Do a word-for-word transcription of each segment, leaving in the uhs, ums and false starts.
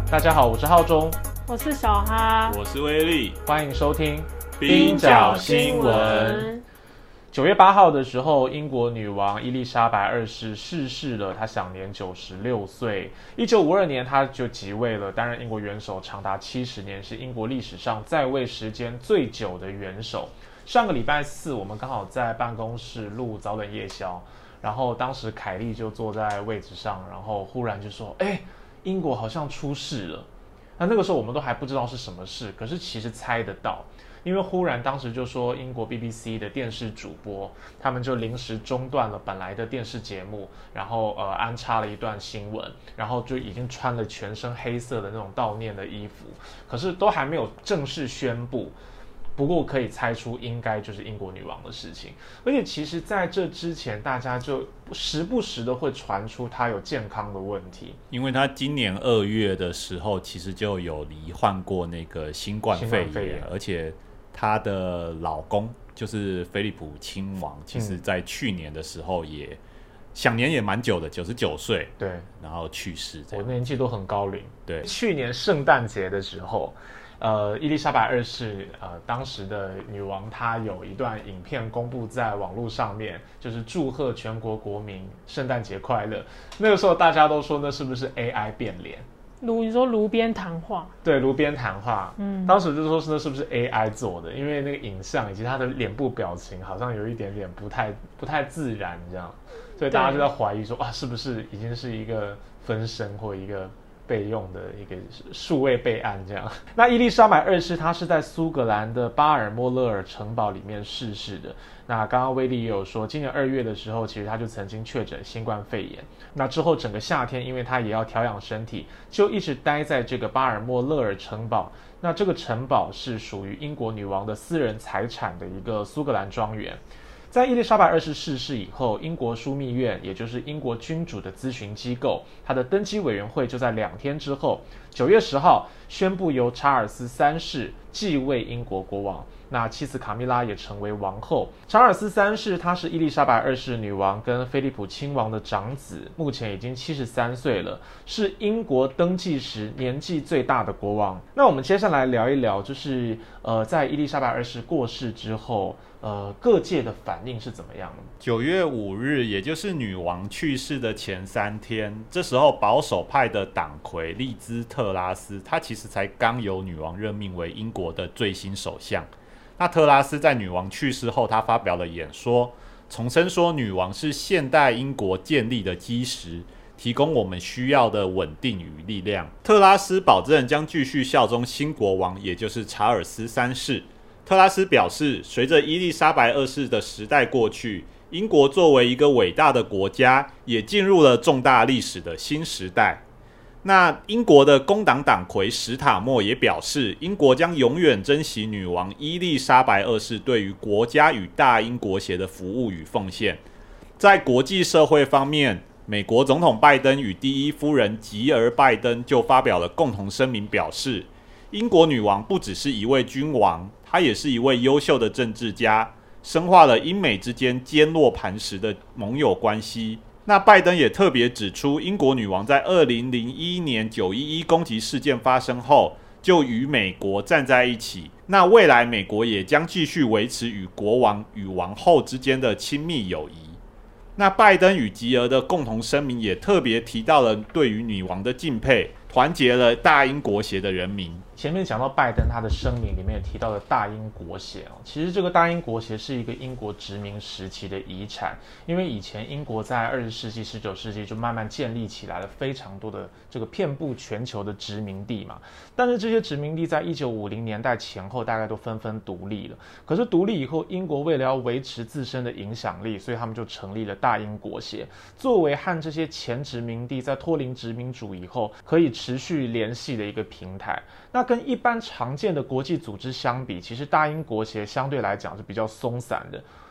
大家好，我是浩中， 我是小哈， 我是威力， 欢迎收听冰角新闻。九月八号的时候，英国女王伊丽莎白二世逝世了，她享年九十六岁。一九五二年，她就即位了，担任英国元首长达七十年，是英国历史上在位时间最久的元首。上个礼拜四，我们刚好在办公室录早冷夜宵，然后当时凯莉就坐在位置上，然后忽然就说：“哎，英国好像出事了。”那那个时候我们都还不知道是什么事，可是其实猜得到。因为忽然当时就说英国 B B C 的电视主播，他们就临时中断了本来的电视节目，然后呃安插了一段新闻，然后就已经穿了全身黑色的那种悼念的衣服，可是都还没有正式宣布。不过可以猜出应该就是英国女王的事情，而且其实在这之前大家就时不时的会传出她有健康的问题， 因为她今年二月的时候其实就有罹患过那个新冠肺 炎, 肺炎而且她的老公就是菲利普亲王，其实在去年的时候也、嗯、享年也蛮久的，九十九岁， 对， 然后去世。 我年纪都很高龄， 对， 去年圣诞节的时候。呃，伊丽莎白二世，呃，当时的女王，她有一段影片公布在网络上面，就是祝贺全国国民圣诞节快乐。那个时候大家都说那是不是 A I 变脸？ 炉你说炉边谈话？对， 炉边谈话。嗯，当时就说是那是不是 A I 做的？因为那个影像以及她的脸部表情好像有一点点不太不太自然，这样，所以大家就在怀疑说啊，是不是已经是一个分身或一个备用的一个数位备案这样。那伊丽莎白二世她是在苏格兰的巴尔莫勒尔城堡里面逝世的。那刚刚威利也有说，今年二月的时候，其实她就曾经确诊新冠肺炎。那之后整个夏天，因为她也要调养身体，就一直待在这个巴尔莫勒尔城堡。那这个城堡是属于英国女王的私人财产的一个苏格兰庄园。在伊丽莎白二世逝世以后，英国枢密院，也就是英国君主的咨询机构，它的登基委员会就在两天之后，九月十号宣布由查尔斯三世继位英国国王。那妻子卡米拉也成为王后。查尔斯三世他是伊丽莎白二世女王跟菲利普亲王的长子，目前已经七十三岁了，是英国登基时年纪最大的国王。那我们接下来聊一聊，就是呃，在伊丽莎白二世过世之后，呃，各界的反应是怎么样的？ 九月五日，也就是女王去世的前三天，这时候保守派的党魁利兹特拉斯，他其实才刚由女王任命为英国的最新首相。那特拉斯在女王去世后，他发表了演说，重申说女王是现代英国建立的基石，提供我们需要的稳定与力量。特拉斯保证将继续效忠新国王，也就是查尔斯三世。特拉斯表示，随着伊丽莎白二世的时代过去，英国作为一个伟大的国家，也进入了重大历史的新时代。那英国的工党党魁史塔默也表示，英国将永远珍惜女王伊丽莎白二世对于国家与大英国协的服务与奉献。在国际社会方面，美国总统拜登与第一夫人吉尔拜登就发表了共同声明，表示英国女王不只是一位君王，她也是一位优秀的政治家，深化了英美之间坚若磐石的盟友关系。那拜登也特别指出，英国女王在二零零一年九一一攻击事件发生后，就与美国站在一起。那未来美国也将继续维持与国王与王后之间的亲密友谊。那拜登与吉尔的共同声明也特别提到了对于女王的敬佩，团结了大英国协的人民。 前面讲到拜登他的声明里面也提到了大英国协，其实这个大英国协是一个英国殖民时期的遗产，因为以前英国在二十世纪十九世纪就慢慢建立起来了非常多的这个遍布全球的殖民地嘛，但是这些殖民地在一九五零年代前后大概都纷纷独立了。可是独立以后，英国为了要维持自身的影响力，所以他们就成立了大英国协，作为和这些前殖民地在脱离殖民主以后可以持续联系的一个平台。那跟一般常见的国际组织相比，其实大英国协相对来讲是比较松散的。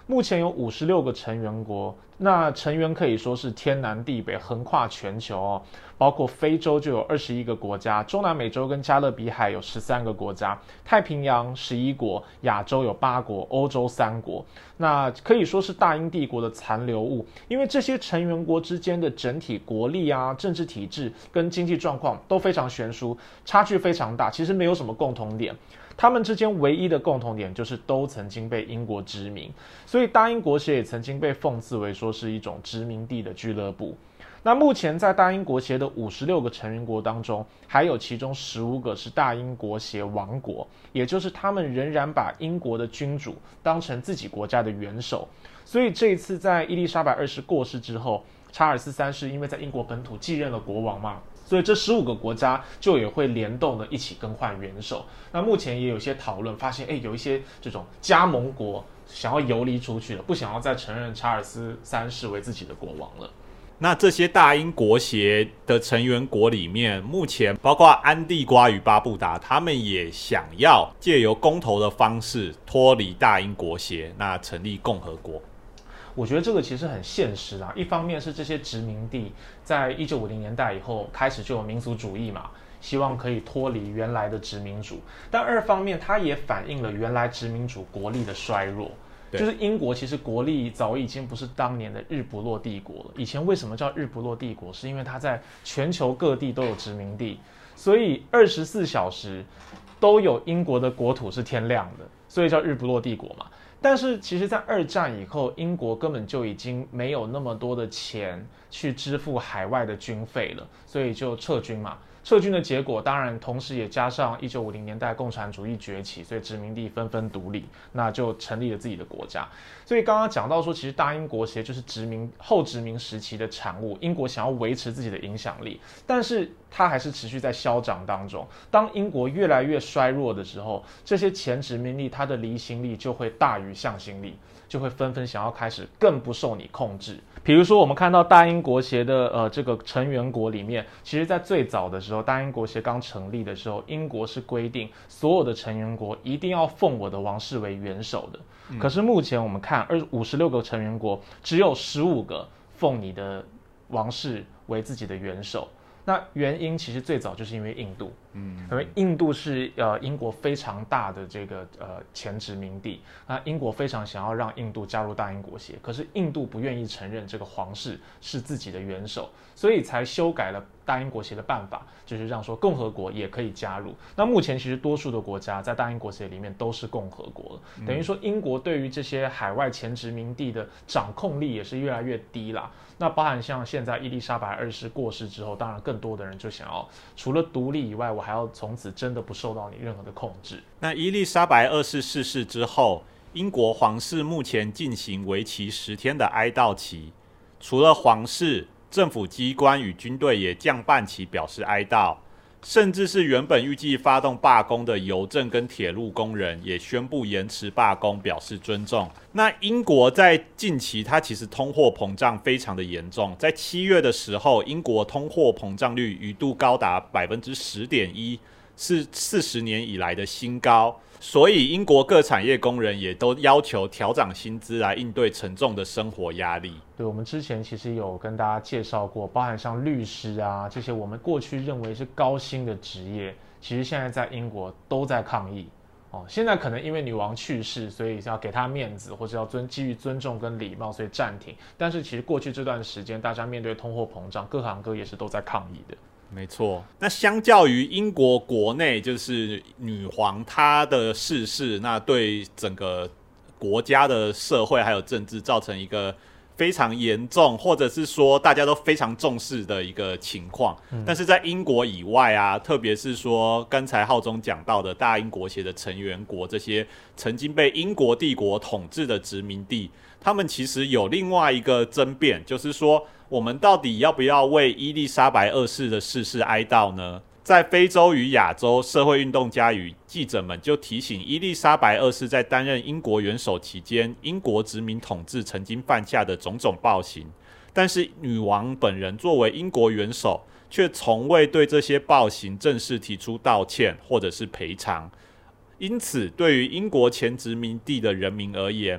目前有五十六个成员国，那成员可以说是天南地北，横跨全球哦。包括非洲就有二十一个国家，中南美洲跟加勒比海有十三个国家，太平洋十一国，亚洲有八国，欧洲三国。那可以说是大英帝国的残留物，因为这些成员国之间的整体国力啊、政治体制跟经济状况都非常悬殊，差距非常大，其实没有什么共同点。他们之间唯一的共同点就是都曾经被英国殖民，所以大英国协也曾经被讽刺为说是一种殖民地的俱乐部。那目前在大英国协的五十六个成员国当中，还有其中十五个是大英国协王国，也就是他们仍然把英国的君主当成自己国家的元首。所以这一次在伊丽莎白二世过世之后，查尔斯三世因为在英国本土继任了国王嘛，所以这十五个国家就也会联动的一起更换元首。那目前也有一些讨论，发现哎，有一些这种加盟国想要游离出去了，不想要再承认查尔斯三世为自己的国王了。 那这些大英国协的成员国里面，目前包括安地瓜与巴布达，他们也想要借由公投的方式脱离大英国协，那成立共和国。 我觉得这个其实很现实啊，一方面是这些殖民地在一九五零年代以后开始就有民族主义嘛，希望可以脱离原来的殖民主，但二方面它也反映了原来殖民主国力的衰弱。就是英国其实国力早已经不是当年的日不落帝国了。以前为什么叫日不落帝国？是因为它在全球各地都有殖民地，所以二十四小时都有英国的国土是天亮的，所以叫日不落帝国嘛。但是其实在二战以后，英国根本就已经没有那么多的钱去支付海外的军费了，所以就撤军嘛。撤军的结果，当然同时也加上一九五零年代共产主义崛起，所以殖民地纷纷独立，那就成立了自己的国家。所以刚刚讲到说，其实大英国协就是殖民后殖民时期的产物，英国想要维持自己的影响力，但是它还是持续在消长当中。当英国越来越衰弱的时候，这些前殖民地它的离心力就会大于向心力，就会纷纷想要开始更不受你控制。比如说我们看到大英国协的呃这个成员国里面，其实在最早的时候，大英国协刚成立的时候，英国是规定所有的成员国一定要奉我的王室为元首的。嗯、可是目前我们看二五十六个成员国，只有十五个奉你的王室为自己的元首。那原因其实最早就是因为印度，嗯，因为印度是呃英国非常大的这个呃前殖民地，那英国非常想要让印度加入大英国协，可是印度不愿意承认这个皇室是自己的元首，所以才修改了大英国协的办法，就是让说共和国也可以加入。那目前其实多数的国家在大英国协里面都是共和国了，嗯、等于说英国对于这些海外前殖民地的掌控力也是越来越低啦。那包含像现在伊丽莎白二世过世之后，当然更多的人就想要除了独立以外，我还要从此真的不受到你任何的控制。 那伊丽莎白二世逝世之后，英国皇室目前进行为期十天的哀悼期，除了皇室，政府机关与军队也降半旗表示哀悼，甚至是原本预计发动罢工的邮政跟铁路工人也宣布延迟罢工，表示尊重。那英国在近期它其实通货膨胀非常的严重，在七月的时候，英国通货膨胀率一度高达 百分之十点一， 是四十年以来的新高。所以英国各产业工人也都要求调涨薪资来应对沉重的生活压力。 对，我们之前其实有跟大家介绍过，包含像律师啊这些我们过去认为是高薪的职业，其实现在在英国都在抗议。哦，现在可能因为女王去世，所以要给她面子，或者要尊基于尊重跟礼貌，所以暂停。但是其实过去这段时间，大家面对通货膨胀，各行各业是都在抗议的。 没错，那相较于英国国内，就是女皇她的逝世，那对整个国家的社会还有政治造成一个非常严重，或者是说大家都非常重视的一个情况。嗯、但是在英国以外啊，特别是说刚才浩中讲到的大英国协的成员国，这些曾经被英国帝国统治的殖民地，他们其实有另外一个争辩，就是说我们到底要不要为伊丽莎白二世的逝世哀悼呢？在非洲与亚洲，社会运动家与记者们就提醒伊丽莎白二世在担任英国元首期间，英国殖民统治曾经犯下的种种暴行，但是女王本人作为英国元首，却从未对这些暴行正式提出道歉或者是赔偿。因此，对于英国前殖民地的人民而言，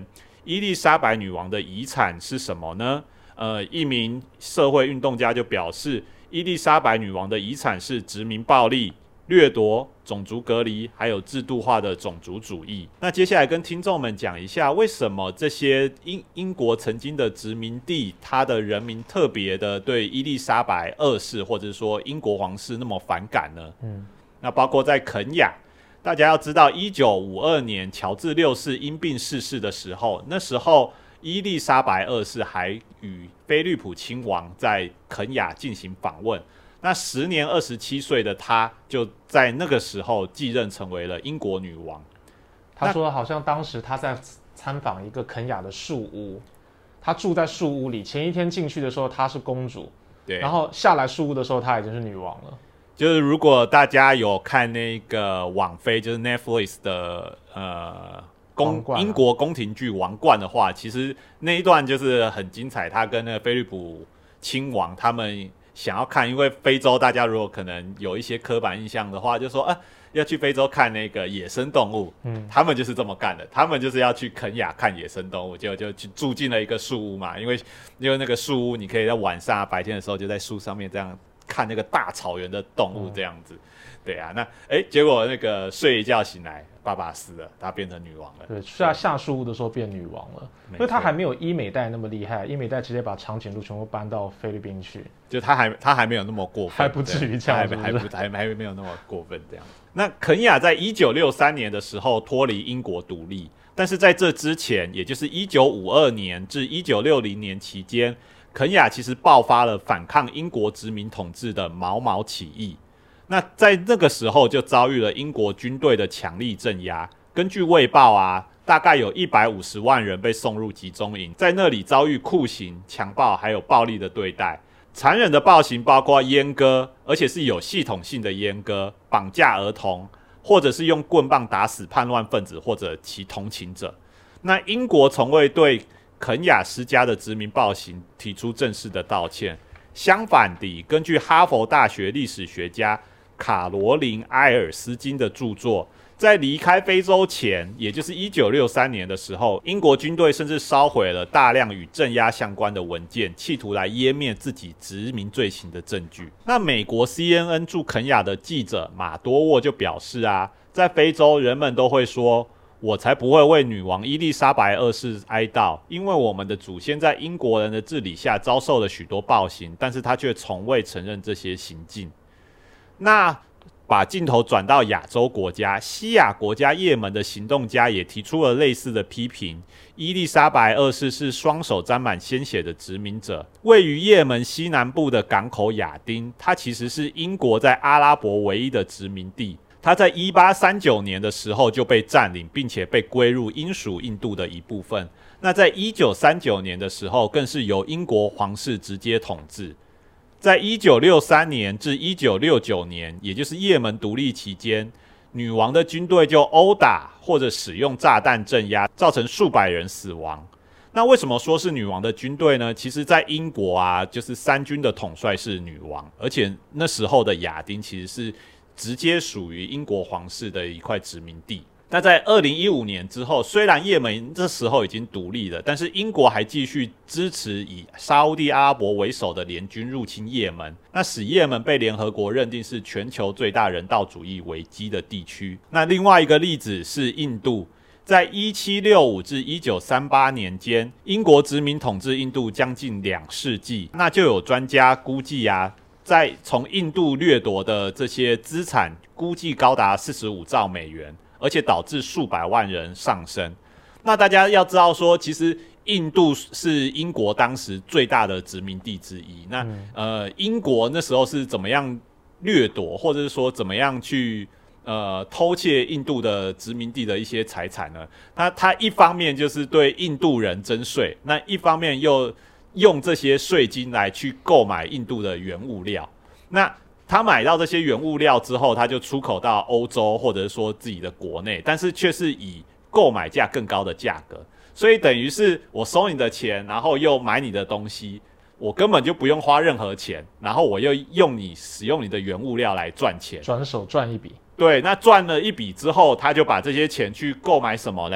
伊丽莎白女王的遗产是什么呢？呃，一名社会运动家就表示，伊丽莎白女王的遗产是殖民暴力、掠夺、种族隔离，还有制度化的种族主义。那接下来跟听众们讲一下，为什么这些英英国曾经的殖民地，它的人民特别的对伊丽莎白二世或者说英国皇室那么反感呢？嗯，那包括在肯亚，大家要知道，一九五二年乔治六世因病逝世的时候，那时候伊丽莎白二世还与菲利普亲王在肯亚进行访问。那时年二十七岁的她，就在那个时候继任成为了英国女王。 她说，好像当时她在参访一个肯亚的树屋，她住在树屋里。前一天进去的时候，她是公主，对，然后下来树屋的时候，她已经是女王了。 就是如果大家有看那个网飞，就是 Netflix 的呃宫、啊、英国宫廷剧《王冠》的话，其实那一段就是很精彩。他跟那个菲利普亲王他们想要看，因为非洲大家如果可能有一些刻板印象的话，就说啊要去非洲看那个野生动物，嗯，他们就是这么干的，他们就是要去肯亚看野生动物，就就去住进了一个树屋嘛，因为因为那个树屋你可以在晚上、啊、白天的时候就在树上面这样看那个大草原的动物这样子，嗯、对啊，那哎结果那个睡一觉醒来，爸爸死了，她变成女王了， 对，下下树屋的时候变女王了，因为她还没有伊美代那么厉害，伊美代直接把长颈鹿全部搬到菲律宾去， 就她还她还没有那么过分， 还不至于这样是不是， 还还不还还没有那么过分这样。那肯亚在一九六三年的时候脱离英国独立，但是在这之前，也就是一九五二年至一九六零年期间，肯亚其实爆发了反抗英国殖民统治的毛毛起义。那在那个时候就遭遇了英国军队的强力镇压。根据卫报啊，大概有一百五十万人被送入集中营，在那里遭遇酷刑、强暴还有暴力的对待。残忍的暴行包括阉割，而且是有系统性的阉割、绑架儿童，或者是用棍棒打死叛乱分子或者其同情者。那英国从未对肯亚施加的殖民暴行提出正式的道歉。相反地，根据哈佛大学历史学家卡罗琳·埃尔斯金的著作，在离开非洲前，也就是一九六三年的时候，英国军队甚至烧毁了大量与镇压相关的文件，企图来湮灭自己殖民罪行的证据。那美国 C N N 驻肯亚的记者马多沃就表示啊，在非洲人们都会说，我才不会为女王伊丽莎白二世哀悼，因为我们的祖先在英国人的治理下遭受了许多暴行，但是他却从未承认这些行径。那把镜头转到亚洲国家，西亚国家也门的行动家也提出了类似的批评。伊丽莎白二世是双手沾满鲜血的殖民者。位于也门西南部的港口亚丁，它其实是英国在阿拉伯唯一的殖民地。它在一八三九年的时候就被占领，并且被归入英属印度的一部分。那在一九三九年的时候，更是由英国皇室直接统治。在一九六三年至一九六九年，也就是也门独立期间，女王的军队就殴打或者使用炸弹镇压，造成数百人死亡。那为什么说是女王的军队呢？其实在英国啊，就是三军的统帅是女王，而且那时候的亚丁其实是直接属于英国皇室的一块殖民地。那在二零一五年之后，虽然也门这时候已经独立了，但是英国还继续支持以沙烏地阿拉伯为首的联军入侵也门，那使也门被联合国认定是全球最大人道主义危机的地区。那另外一个例子是印度，在一七六五至一九三八年间，英国殖民统治印度将近两世纪，那就有专家估计啊，在从印度掠夺的这些资产估计高达四十五兆美元，而且导致数百万人丧生。那大家要知道说，其实印度是英国当时最大的殖民地之一。那、嗯、呃，英国那时候是怎么样掠夺，或者是说怎么样去呃偷窃印度的殖民地的一些财产呢？它它一方面就是对印度人征税，那一方面又用这些税金来去购买印度的原物料。那他买到这些原物料之后，他就出口到欧洲或者是说自己的国内，但是却是以购买价更高的价格，所以等于是我收你的钱，然后又买你的东西，我根本就不用花任何钱，然后我又用你使用你的原物料来赚钱， 转手赚一笔。 对，那赚了一笔之后，他就把这些钱去购买什么呢？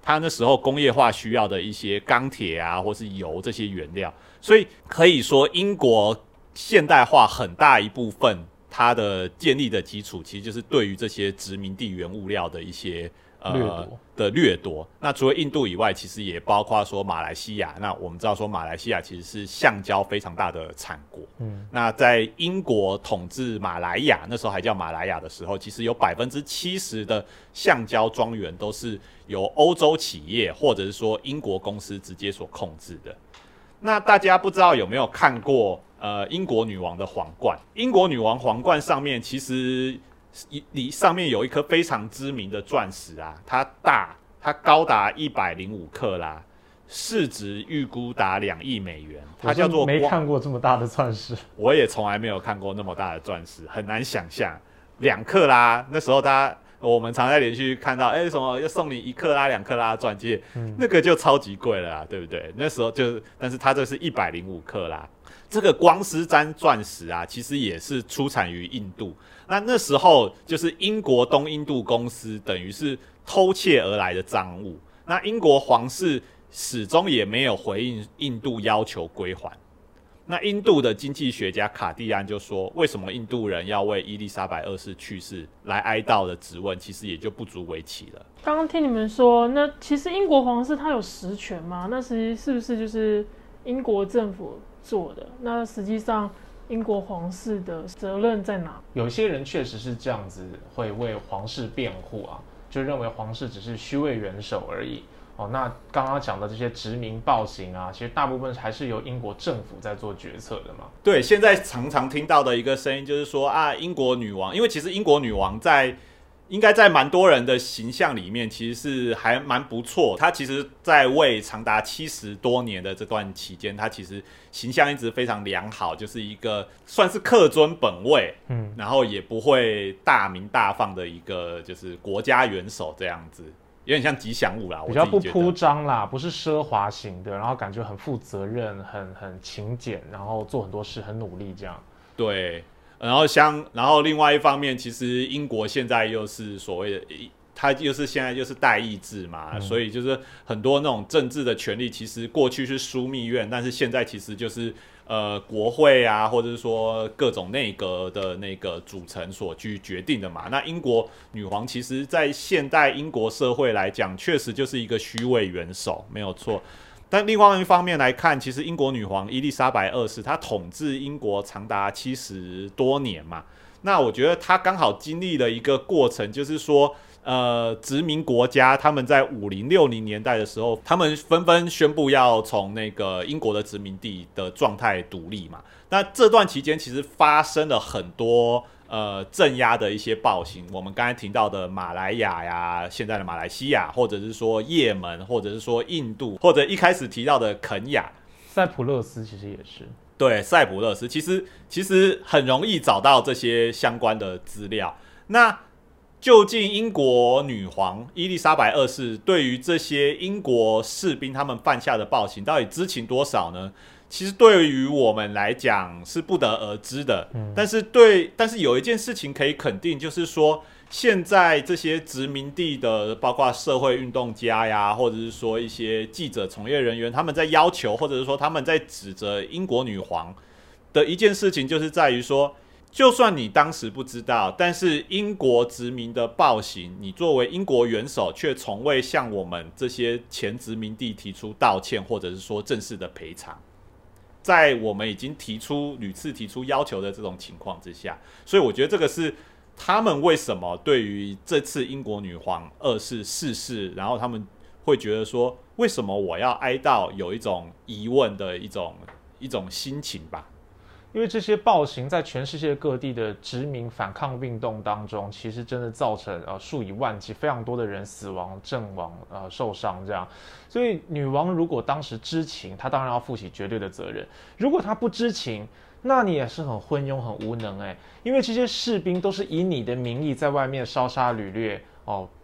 它那时候工业化需要的一些钢铁啊，或是油这些原料，所以可以说英国现代化很大一部分它的建立的基础，其实就是对于这些殖民地原物料的一些呃掠夺的掠夺。那除了印度以外，其实也包括说马来西亚。那我们知道说马来西亚其实是橡胶非常大的产国。嗯，那在英国统治马来亚，那时候还叫马来亚的时候，其实有百分之七十的橡胶庄园都是由欧洲企业或者是说英国公司直接所控制的。那大家不知道有没有看过呃英国女王的皇冠？英国女王皇冠上面其实里上面有一颗非常知名的钻石啊，它大，它高达一百零五克拉，市值预估达两亿美元。它叫做没看过这么大的钻石， 我也从来没有看过那么大的钻石，很难想象。两克拉，那时候大家我们常在连续看到，哎、欸，什么要送你一克拉、两克拉钻戒、嗯，那个就超级贵了啦，对不对？那时候就，但是它这是一百零五克拉。这个光丝砧钻石啊，其实也是出产于印度。那那时候就是英国东印度公司等于是偷窃而来的赃物。那英国皇室始终也没有回应印度要求归还。那印度的经济学家卡蒂安就说，为什么印度人要为伊丽莎白二世去世来哀悼的质问，其实也就不足为奇了。 刚刚听你们说，那其实英国皇室他有实权吗？那实际是不是就是英国政府做的？那实际上英国皇室的责任在哪？ 有些人确实是这样子，会为皇室辩护啊，就认为皇室只是虚位元首而已。哦，那刚刚讲的这些殖民暴行啊，其实大部分还是由英国政府在做决策的嘛。 对，现在常常听到的一个声音就是说啊，英国女王，因为其实英国女王在应该在蛮多人的形象里面，其实是还蛮不错。她其实在位长达七十多年的这段期间，她其实形象一直非常良好，就是一个算是恪遵本位，嗯，然后也不会大鸣大放的一个就是国家元首这样子。有点像吉祥物啦， 比较不铺张啦，不是奢华型的，然后感觉很负责任、很很勤俭，然后做很多事很努力这样。 对，然后像，然后另外一方面，其实英国现在又是所谓的，它又是现在就是代议制嘛、嗯，所以就是很多那种政治的权利，其实过去是枢密院，但是现在其实就是呃国会啊，或者是说各种内阁的那个组成所去决定的嘛。那英国女皇其实在现代英国社会来讲，确实就是一个虚位元首，没有错。但另外一方面来看，其实英国女皇伊丽莎白二世她统治英国长达七十多年嘛，那我觉得她刚好经历了一个过程，就是说。呃，殖民国家他们在五零六零年代的时候，他们纷纷宣布要从那个英国的殖民地的状态独立嘛。那这段期间其实发生了很多呃镇压的一些暴行，我们刚才提到的马来亚呀，现在的马来西亚，或者是说也门，或者是说印度，或者一开始提到的肯亚、 塞浦路斯，其实也是。 对，塞浦路斯其实其实很容易找到这些相关的资料。那究竟英国女皇伊丽莎白二世对于这些英国士兵他们犯下的暴行到底知情多少呢？其实对于我们来讲是不得而知的。嗯、但是对，但是有一件事情可以肯定，就是说现在这些殖民地的，包括社会运动家呀，或者是说一些记者从业人员，他们在要求，或者是说他们在指责英国女皇的一件事情，就是在于说。就算你当时不知道，但是英国殖民的暴行，你作为英国元首却从未向我们这些前殖民地提出道歉，或者是说正式的赔偿。在我们已经提出屡次提出要求的这种情况之下，所以我觉得这个是他们为什么对于这次英国女皇二世逝世，然后他们会觉得说，为什么我要哀悼，有一种疑问的一种一种心情吧。 因为这些暴行在全世界各地的殖民反抗运动当中，其实真的造成呃数以万计非常多的人死亡、阵亡、呃受伤这样。所以女王如果当时知情，她当然要负起绝对的责任。如果她不知情，那你也是很昏庸、很无能哎，因为这些士兵都是以你的名义在外面烧杀掳掠哦，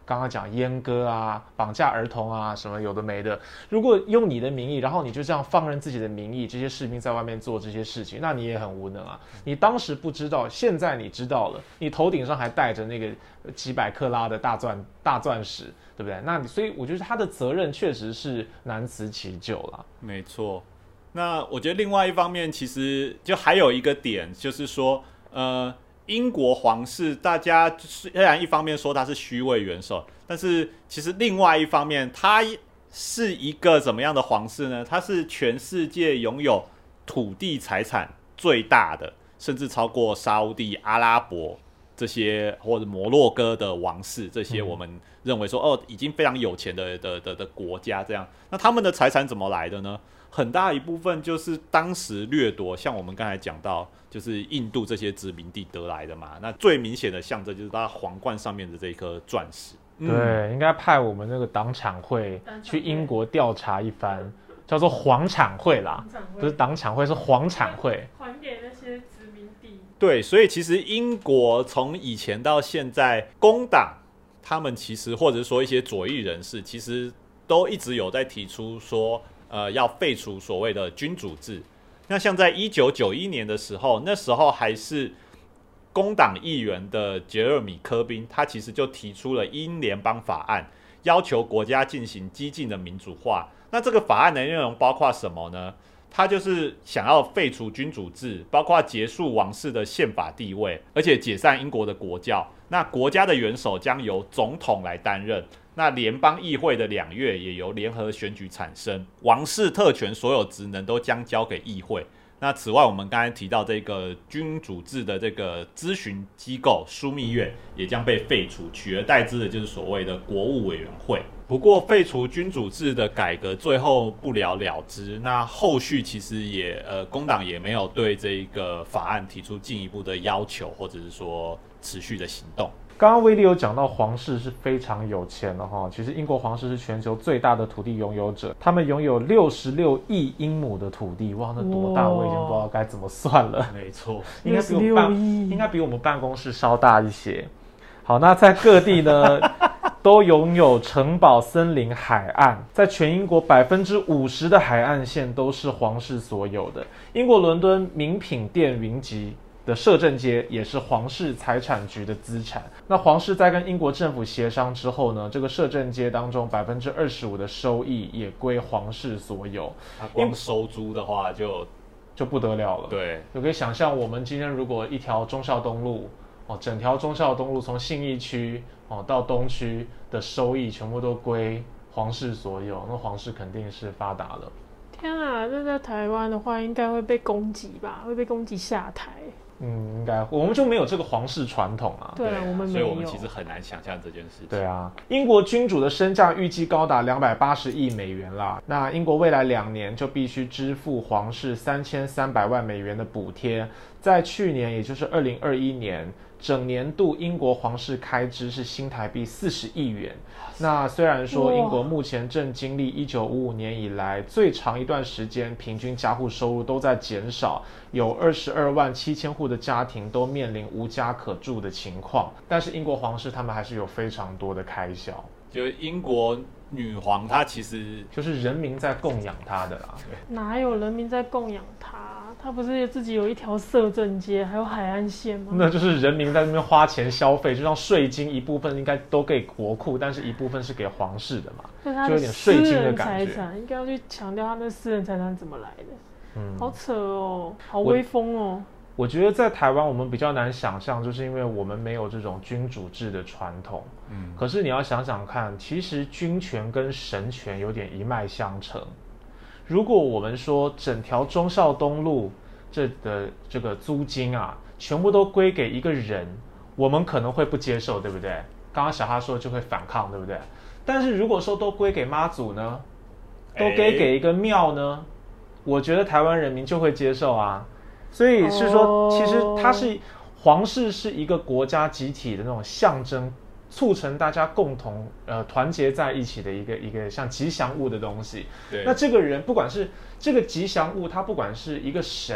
刚刚讲阉割啊、绑架儿童啊，什么有的没的。如果用你的名义，然后你就这样放任自己的名义，这些士兵在外面做这些事情，那你也很无能啊。你当时不知道，现在你知道了，你头顶上还带着那个几百克拉的大钻大钻石，对不对？那所以我觉得他的责任确实是难辞其咎啦。 没错。那我觉得另外一方面，其实就还有一个点，就是说，呃。英国皇室，大家虽然一方面说他是虚位元首，但是其实另外一方面，他是一个怎么样的皇室呢？他是全世界拥有土地财产最大的，甚至超过沙烏地、阿拉伯这些或者摩洛哥的王室，这些我们认为说哦已经非常有钱的的的的国家，这样，那他们的财产怎么来的呢？很大一部分就是当时掠夺，像我们刚才讲到，就是印度这些殖民地得来的嘛。那最明显的象征就是他皇冠上面的这一颗钻石。 对，嗯、应该派我们那个党产会去英国调查一番，叫做皇产会啦，不是党产会，是皇产会， 还给那些殖民地。 对，所以其实英国从以前到现在，工党他们其实或者说一些左翼人士，其实都一直有在提出说。呃，要废除所谓的君主制。那像在一九九一年的时候，那时候还是工党议员的杰勒米·科宾，他其实就提出了英联邦法案，要求国家进行激进的民主化。那这个法案的内容包括什么呢？他就是想要废除君主制，包括结束王室的宪法地位，而且解散英国的国教。那国家的元首将由总统来担任。那联邦议会的两院也由联合选举产生，王室特权所有职能都将交给议会。那此外，我们刚才提到这个君主制的这个咨询机构枢密院也将被废除，取而代之的就是所谓的国务委员会。不过，废除君主制的改革最后不了了之。那后续其实也呃，工党也没有对这个法案提出进一步的要求，或者是说持续的行动。 刚刚威利有讲到皇室是非常有钱的哈，其实英国皇室是全球最大的土地拥有者，他们拥有六十六亿英亩的土地，哇，那多大我已经不知道该怎么算了。 没错， 应该比我们办应该比我们办公室稍大一些。好，那在各地呢都拥有城堡、森林、海岸，在全英国百分之五十的海岸线都是皇室所有的。英国伦敦名品店云集的摄政街也是皇室财产局的资产。那皇室在跟英国政府协商之后呢，这个摄政街当中百分之二十五的收益也归皇室所有。 他光收租的话就就不得了了。 对， 就可以想象，我们今天如果一条忠孝东路哦，整条忠孝东路从信义区哦到东区的收益全部都归皇室所有，那皇室肯定是发达了。 天啊，这在台湾的话，应该会被攻击吧？会被攻击下台。 嗯，应该我们就没有这个皇室传统啊。 对啊，我们没有， 所以我们其实很难想象这件事情。 对啊，英国君主的身价预计高达两百八十亿美元啦。那英国未来两年就必须支付皇室三千三百万美元的补贴。在去年，也就是二零二一年，整年度英国皇室开支是新台币四十亿元。那虽然说英国目前正经历一九五五年以来最长一段时间平均家户收入都在减少，有二十二万七千户的家庭都面临无家可住的情况，但是英国皇室他们还是有非常多的开销。 就英国女皇她其实就是人民在供养她的啦。 哪有人民在供养她？她不是自己有一条摄政街，还有海岸线吗？ 那就是人民在那边花钱消费，就像税金一部分应该都给国库，但是一部分是给皇室的嘛，就有点税金的感觉。 私人财产应该要去强调他的私人财产怎么来的。嗯，好扯哦，好威风哦。 我觉得在台湾我们比较难想象，就是因为我们没有这种君主制的传统。嗯，可是你要想想看，其实君权跟神权有点一脉相承。如果我们说整条忠孝东路这的这个租金啊，全部都归给一个人，我们可能会不接受，对不对？刚刚小哈说就会反抗，对不对？但是如果说都归给妈祖呢，都给给一个庙呢，我觉得台湾人民就会接受啊。所以是说，其实它是皇室是一个国家集体的那种象征，促成大家共同呃团结在一起的一个一个像吉祥物的东西。 对。 那这个人不管是这个吉祥物，它不管是一个神，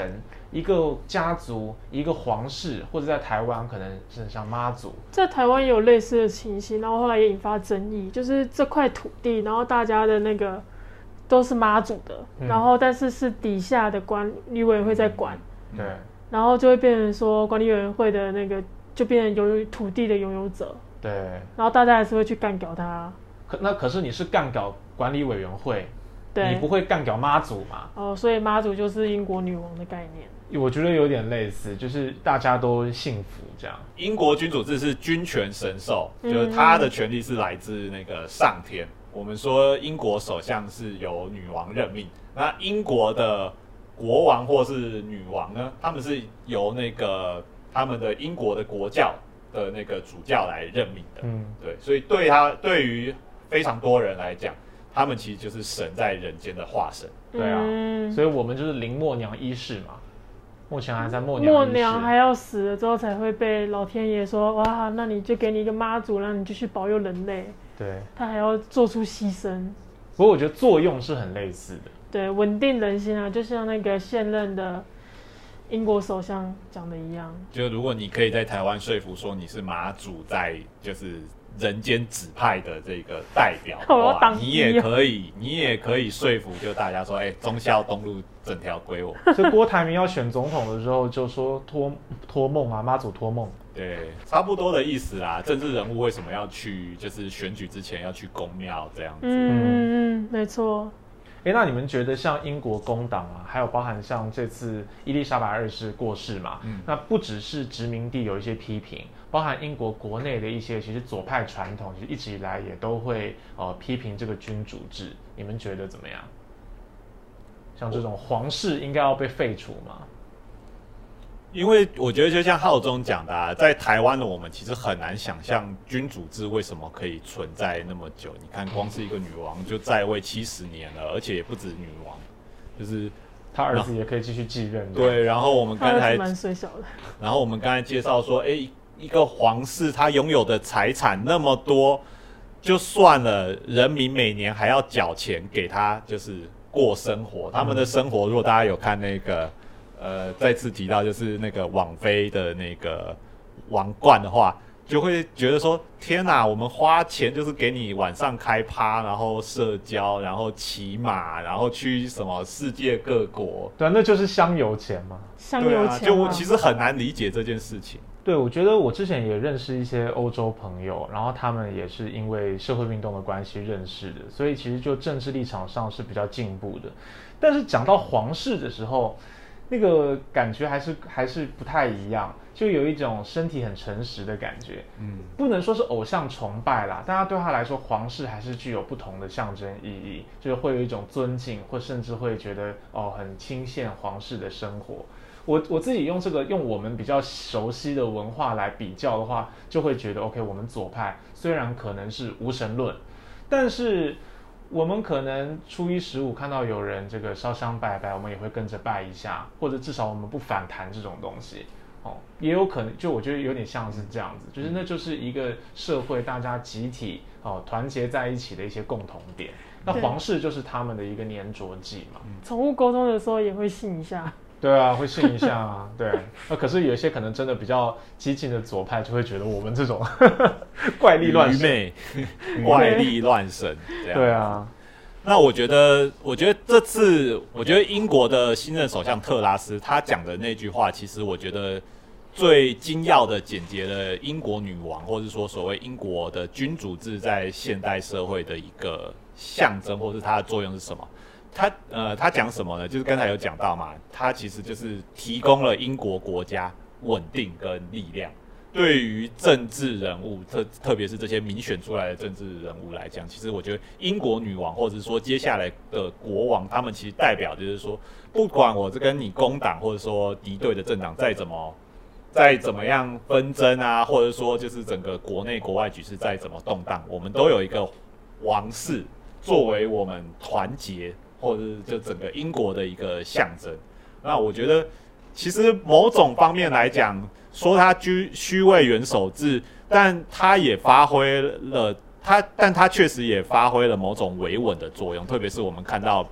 一个家族、一个皇室，或者在台湾可能是像妈祖， 在台湾也有类似的情形，然后后来也引发争议，就是这块土地，然后大家的那个都是妈祖的，嗯、然后但是是底下的管理委员会在管， 对， 然后就会变成说管理委员会的那个就变成拥有土地的拥有者， 对， 然后大家还是会去干掉他。 可那可是你是干掉管理委员会， 对， 你不会干掉妈祖嘛？ 哦，所以妈祖就是英国女王的概念。 我觉得有点类似，就是大家都幸福这样。 英国君主制是君权神授，就是他的权力是来自那个上天。嗯、我们说英国首相是由女王任命，那英国的国王或是女王呢，他们是由那个他们的英国的国教的那个主教来任命的。嗯，对，所以对他对于非常多人来讲，他们其实就是神在人间的化身。 对啊，嗯、所以我们就是林默娘医师嘛。目前还在默娘，默娘还要死了之后才会被老天爷说，哇，那你就给你一个妈祖，让你继续保佑人类。 对， 他还要做出牺牲。 不过我觉得作用是很类似的。 对，稳定人心啊，就像那个现任的英国首相讲的一样。 就如果你可以在台湾说服说你是妈祖在就是人间指派的这个代表，哇，你也可以，你也可以说服就大家说，哎、欸，忠孝东路整条归我。 所以郭台铭要选总统的时候就说托托梦啊，妈祖托梦。 对，差不多的意思啦。政治人物为什么要去，就是选举之前要去公庙这样子？ 嗯嗯，没错。 哎，那你们觉得像英国工党啊，还有包含像这次伊丽莎白二世过世嘛，嗯、那不只是殖民地有一些批评，包含英国国内的一些其实左派传统，其实一直以来也都会呃批评这个君主制，你们觉得怎么样？像这种皇室应该要被废除吗？ 因为我觉得就像浩中讲的、啊，在台湾的我们其实很难想象君主制为什么可以存在那么久。你看，光是一个女王就在位七十年了，而且也不止女王，就是他儿子也可以继续继任。 对，然后我们刚才蛮衰小的。 然后我们刚才介绍说，哎，一个皇室他拥有的财产那么多，就算了，人民每年还要缴钱给他，就是过生活。他们的生活，如果大家有看那个。呃，再次提到就是那个网飞的那个王冠的话，就会觉得说，天哪，我们花钱就是给你晚上开趴，然后社交，然后骑马，然后去什么世界各国， 对啊，那就是香油钱嘛。 香油钱、啊， 就我其实很难理解这件事情。 对，我觉得我之前也认识一些欧洲朋友，然后他们也是因为社会运动的关系认识的，所以其实就政治立场上是比较进步的。但是讲到皇室的时候，那个感觉还是还是不太一样，就有一种身体很诚实的感觉。嗯，不能说是偶像崇拜啦，大家对他来说，皇室还是具有不同的象征意义，就是会有一种尊敬，或甚至会觉得哦很钦羡皇室的生活。我我自己用这个用我们比较熟悉的文化来比较的话，就会觉得 OK， 我们左派虽然可能是无神论，但是我们可能初一十五看到有人这个烧香拜拜，我们也会跟着拜一下，或者至少我们不反弹这种东西。哦，也有可能，就我觉得有点像是这样子，就是那就是一个社会大家集体哦团结在一起的一些共同点。那皇室就是他们的一个粘着剂嘛。 宠物沟通的时候也会信一下。 对啊，会信一下啊。对，那可是有一些可能真的比较激进的左派就会觉得我们这种怪力乱神、 愚昧、怪力乱神这样。 对啊。 那我觉得，我觉得这次，我觉得英国的新任首相特拉斯他讲的那句话，其实我觉得最精要的简洁了英国女王，或者说所谓英国的君主制在现代社会的一个象征，或是它的作用是什么。他呃，他讲什么呢？就是刚才有讲到嘛，他其实就是提供了英国国家稳定跟力量。对于政治人物，特特别是这些民选出来的政治人物来讲，其实我觉得英国女王，或者说接下来的国王，他们其实代表就是说，不管我这跟你工党或者说敌对的政党再怎么再怎么样纷争啊，或者说就是整个国内国外局势再怎么动荡，我们都有一个王室作为我们团结或者是就整个英国的一个象征。那我觉得，其实某种方面来讲，说他居虚位元首制，但他也发挥了他，但他确实也发挥了某种维稳的作用。特别是我们看到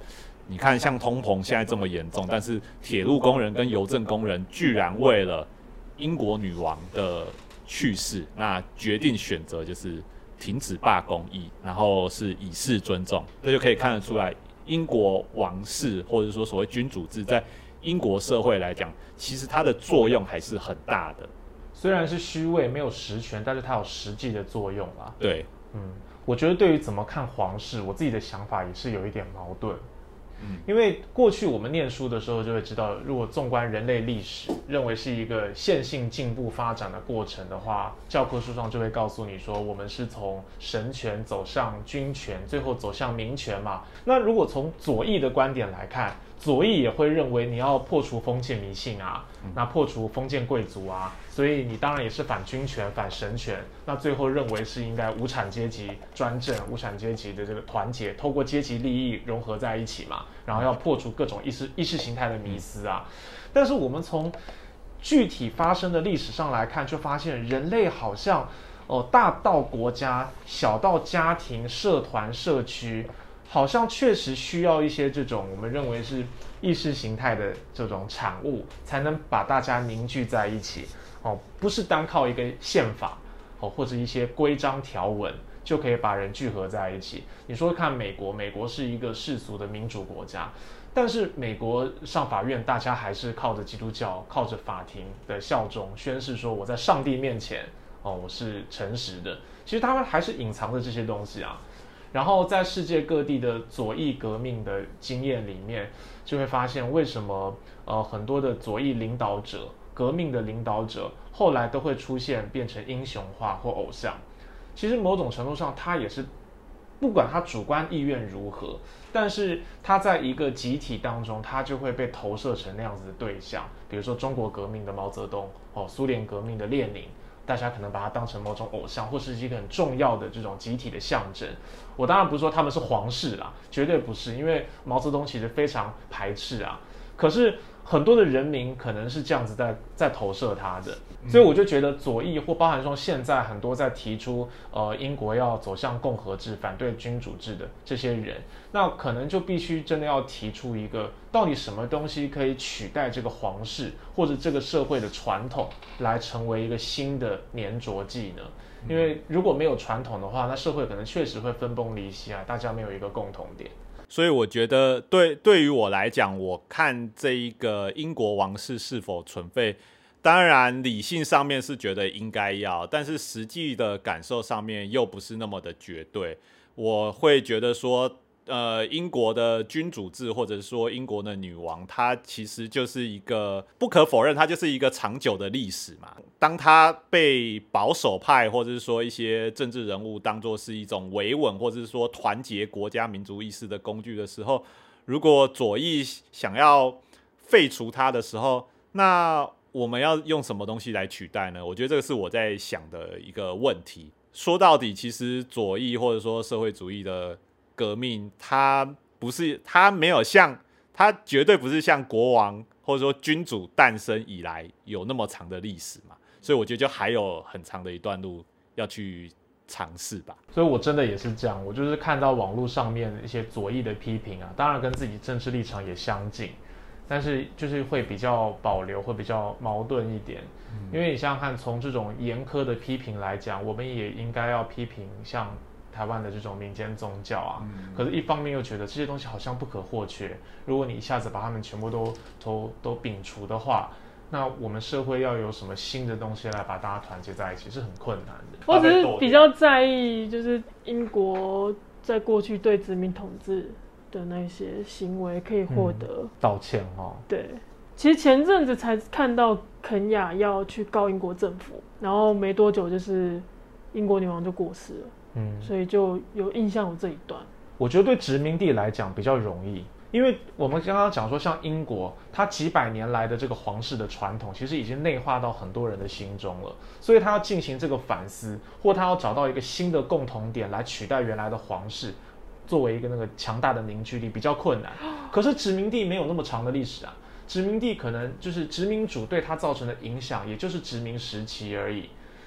你看，像通膨现在这么严重，但是铁路工人跟邮政工人居然为了英国女王的去世，那决定选择就是停止罢工役，然后是以示尊重。这就可以看得出来，英国王室或者说所谓君主制，在英国社会来讲，其实它的作用还是很大的。 虽然是虚位没有实权，但是它有实际的作用啦。 对， 嗯，我觉得对于怎么看皇室，我自己的想法也是有一点矛盾。嗯，因为过去我们念书的时候就会知道，如果纵观人类历史，认为是一个线性进步发展的过程的话，教科书上就会告诉你说，我们是从神权走向君权，最后走向民权嘛。那如果从左翼的观点来看，左翼也会认为你要破除封建迷信啊，那破除封建贵族啊，所以你当然也是反君权、反神权。那最后认为是应该无产阶级专政、无产阶级的这个团结，透过阶级利益融合在一起嘛，然后要破除各种意识意识形态的迷思啊。但是我们从具体发生的历史上来看，就发现人类好像哦、呃，大到国家，小到家庭、社团、社区。好像确实需要一些这种我们认为是意识形态的这种产物，才能把大家凝聚在一起哦，不是单靠一个宪法哦或者一些规章条文就可以把人聚合在一起。你说看美国，美国是一个世俗的民主国家，但是美国上法院，大家还是靠着基督教，靠着法庭的效忠，宣誓说我在上帝面前哦我是诚实的。其实他们还是隐藏着这些东西啊。然后在世界各地的左翼革命的经验里面，就会发现为什么呃很多的左翼领导者、革命的领导者后来都会出现变成英雄化或偶像。其实某种程度上，他也是不管他主观意愿如何，但是他在一个集体当中，他就会被投射成那样子的对象。比如说中国革命的毛泽东，哦，苏联革命的列宁。大家可能把它当成某种偶像，或是一个很重要的这种集体的象征。我当然不是说他们是皇室啦，绝对不是，因为毛泽东其实非常排斥啊。可是很多的人民可能是这样子在在投射他的，所以我就觉得左翼或包含说现在很多在提出呃英国要走向共和制、反对君主制的这些人，那可能就必须真的要提出一个到底什么东西可以取代这个皇室或者这个社会的传统，来成为一个新的粘着剂呢？因为如果没有传统的话，那社会可能确实会分崩离析啊，大家没有一个共同点。 所以我觉得对对于我来讲，我看这一个英国王室是否存废，当然理性上面是觉得应该要，但是实际的感受上面又不是那么的绝对。我会觉得说呃，英国的君主制或者说英国的女王，她其实就是一个不可否认，她就是一个长久的历史嘛。当她被保守派或者是说一些政治人物当作是一种维稳或者是说团结国家民族意识的工具的时候，如果左翼想要废除它的时候，那我们要用什么东西来取代呢？我觉得这个是我在想的一个问题。说到底，其实左翼或者说社会主义的革命，它不是，它没有像，它绝对不是像国王或者说君主诞生以来有那么长的历史嘛，所以我觉得就还有很长的一段路要去尝试吧。 所以我真的也是这样，我就是看到网络上面一些左翼的批评啊，当然跟自己政治立场也相近，但是就是会比较保留，会比较矛盾一点。嗯、因为你想想看，从这种严苛的批评来讲，我们也应该要批评像台湾的这种民间宗教啊，嗯、可是一方面又觉得这些东西好像不可或缺，如果你一下子把他们全部都都都摒除的话，那我们社会要有什么新的东西来把大家团结在一起是很困难的。 我只是比较在意，就是英国在过去对殖民统治的那些行为可以获得、嗯、 道歉哦。 对，其实前阵子才看到肯亚要去告英国政府，然后没多久就是英国女王就过世了。嗯，所以就有印象有这一段。 我觉得对殖民地来讲比较容易，因为我们刚刚讲说，像英国，它几百年来的这个皇室的传统，其实已经内化到很多人的心中了，所以他要进行这个反思，或他要找到一个新的共同点来取代原来的皇室，作为一个那个强大的凝聚力，比较困难。可是殖民地没有那么长的历史啊，殖民地可能就是殖民主对它造成的影响，也就是殖民时期而已。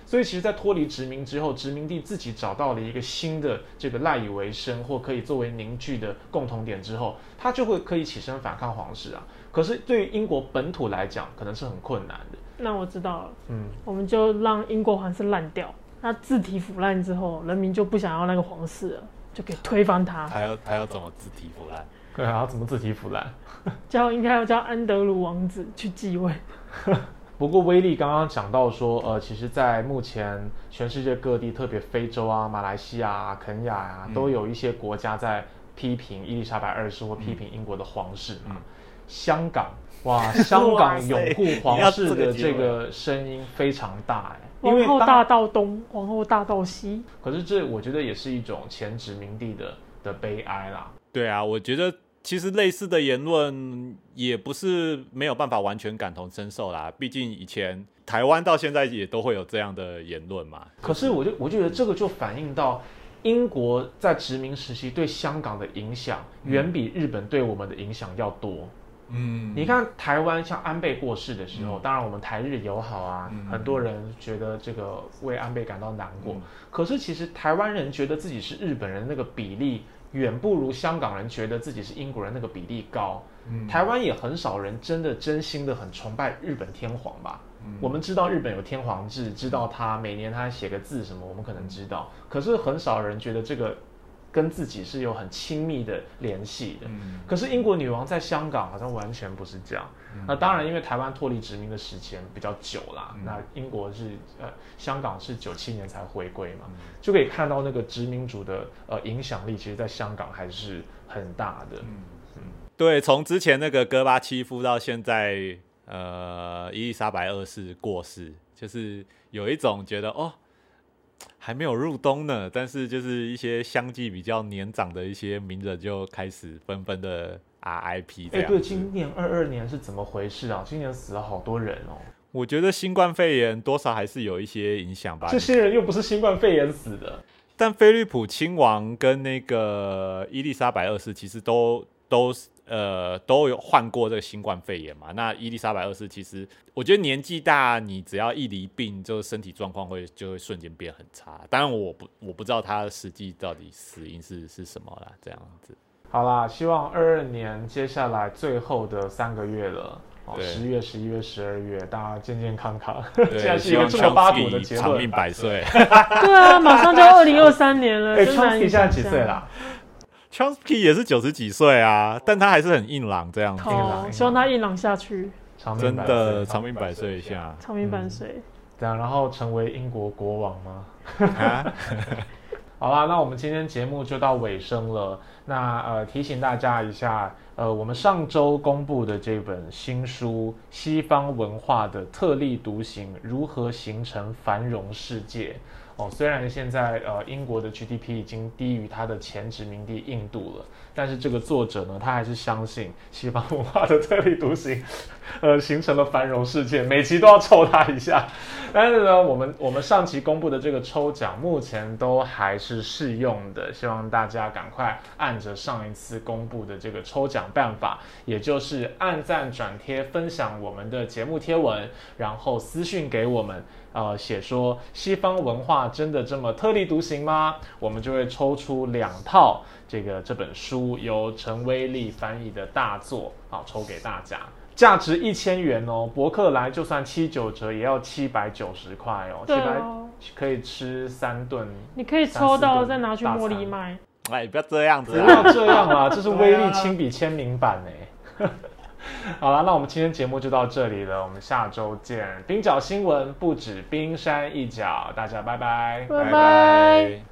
所以其实，在脱离殖民之后，殖民地自己找到了一个新的这个赖以为生或可以作为凝聚的共同点之后，他就会可以起身反抗皇室啊。可是对于英国本土来讲，可能是很困难的。 那我知道了， 嗯， 我们就让英国皇室烂掉，那自体腐烂之后，人民就不想要那个皇室了，就可以推翻他。 还要还要怎么自体腐烂？ 对啊，怎么自体腐烂？ 叫应该要叫安德鲁王子去继位。 不过威利刚刚讲到说，呃，其实，在目前全世界各地，特别非洲啊、马来西亚啊、肯亚啊，嗯、都有一些国家在批评伊丽莎白二世或批评英国的皇室嘛。嗯、香港，哇，香港拥护皇室的这个声音非常大哎。 皇后大道东，皇后大道西。 可是这我觉得也是一种前殖民地的的悲哀啦。 对啊，我觉得。其实类似的言论也不是没有办法完全感同身受啦，毕竟以前台湾到现在也都会有这样的言论嘛。 可是我就我觉得这个就反映到英国在殖民时期对香港的影响远比日本对我们的影响要多。嗯，你看台湾像安倍过世的时候，嗯、当然我们台日友好啊，嗯、很多人觉得这个为安倍感到难过。嗯、可是其实台湾人觉得自己是日本人那个比例。远不如香港人觉得自己是英国人那个比例高。嗯、台湾也很少人真的真心的很崇拜日本天皇吧。嗯、我们知道日本有天皇制，知道他每年他写个字什么，我们可能知道。可是很少人觉得这个跟自己是有很亲密的联系的。嗯、可是英国女王在香港好像完全不是这样。嗯、那当然，因为台湾脱离殖民的时间比较久啦，嗯、那英国是呃香港是九七年才回归嘛，嗯、就可以看到那个殖民主的呃影响力，其实在香港还是很大的。嗯嗯、对，从之前那个戈巴契夫到现在，呃，伊丽莎白二世过世，就是有一种觉得哦。还没有入冬呢，但是就是一些相继比较年长的一些名人就开始纷纷的 R I P 这样子。 哎，对，今年二二年是怎么回事啊？今年死了好多人哦。 我觉得新冠肺炎多少还是有一些影响吧。 这些人又不是新冠肺炎死的。 但菲利普亲王跟那个伊丽莎白二世其实都都呃都有患过这个新冠肺炎嘛。那伊丽莎白二世其实我觉得年纪大，你只要一罹病，就身体状况会就会瞬间变很差。当然我不我不知道他实际到底死因是是什么啦，这样子。 好啦，希望二二年接下来最后的三个月了。十月、十一月、十二月，大家健健康康。现在是一个这么八股的结论， 长命百岁。 对啊，马上就二零二三年了。 哎 ，Chomsky 现在几岁啦 ？Chomsky 也是九十几岁啊，但他还是很硬朗这样子。 哦，希望他硬朗下去。 真的长命百岁一下， 长命百岁。 这样，然后成为英国国王吗？啊好啦，那我们今天节目就到尾声了。那呃，提醒大家一下，呃，我们上周公布的这本新书《西方文化的特立独行：如何形成繁荣世界》哦，虽然现在呃英国的 G D P 已经低于它的前殖民地印度了，但是这个作者呢，他还是相信西方文化的特立独行，呃，形成了繁荣世界，每期都要抽他一下。但是呢，我们我们上期公布的这个抽奖目前都还是适用的，希望大家赶快按着上一次公布的这个抽奖办法，也就是按赞、转贴、分享我们的节目贴文，然后私讯给我们。呃，写说西方文化真的这么特立独行吗？我们就会抽出两套这个这本书由陈威利翻译的大作，好抽给大家，价值一千元哦。博客来就算七九折也要七百九十块哦，七百可以吃三顿， 你可以抽到再拿去茉莉卖。 哎，不要这样子、 啊，不要这样啦，这是威力亲笔签名版哎。好了，那我们今天节目就到这里了，我们下周见。冰角新闻不止冰山一角，大家拜拜， 拜拜。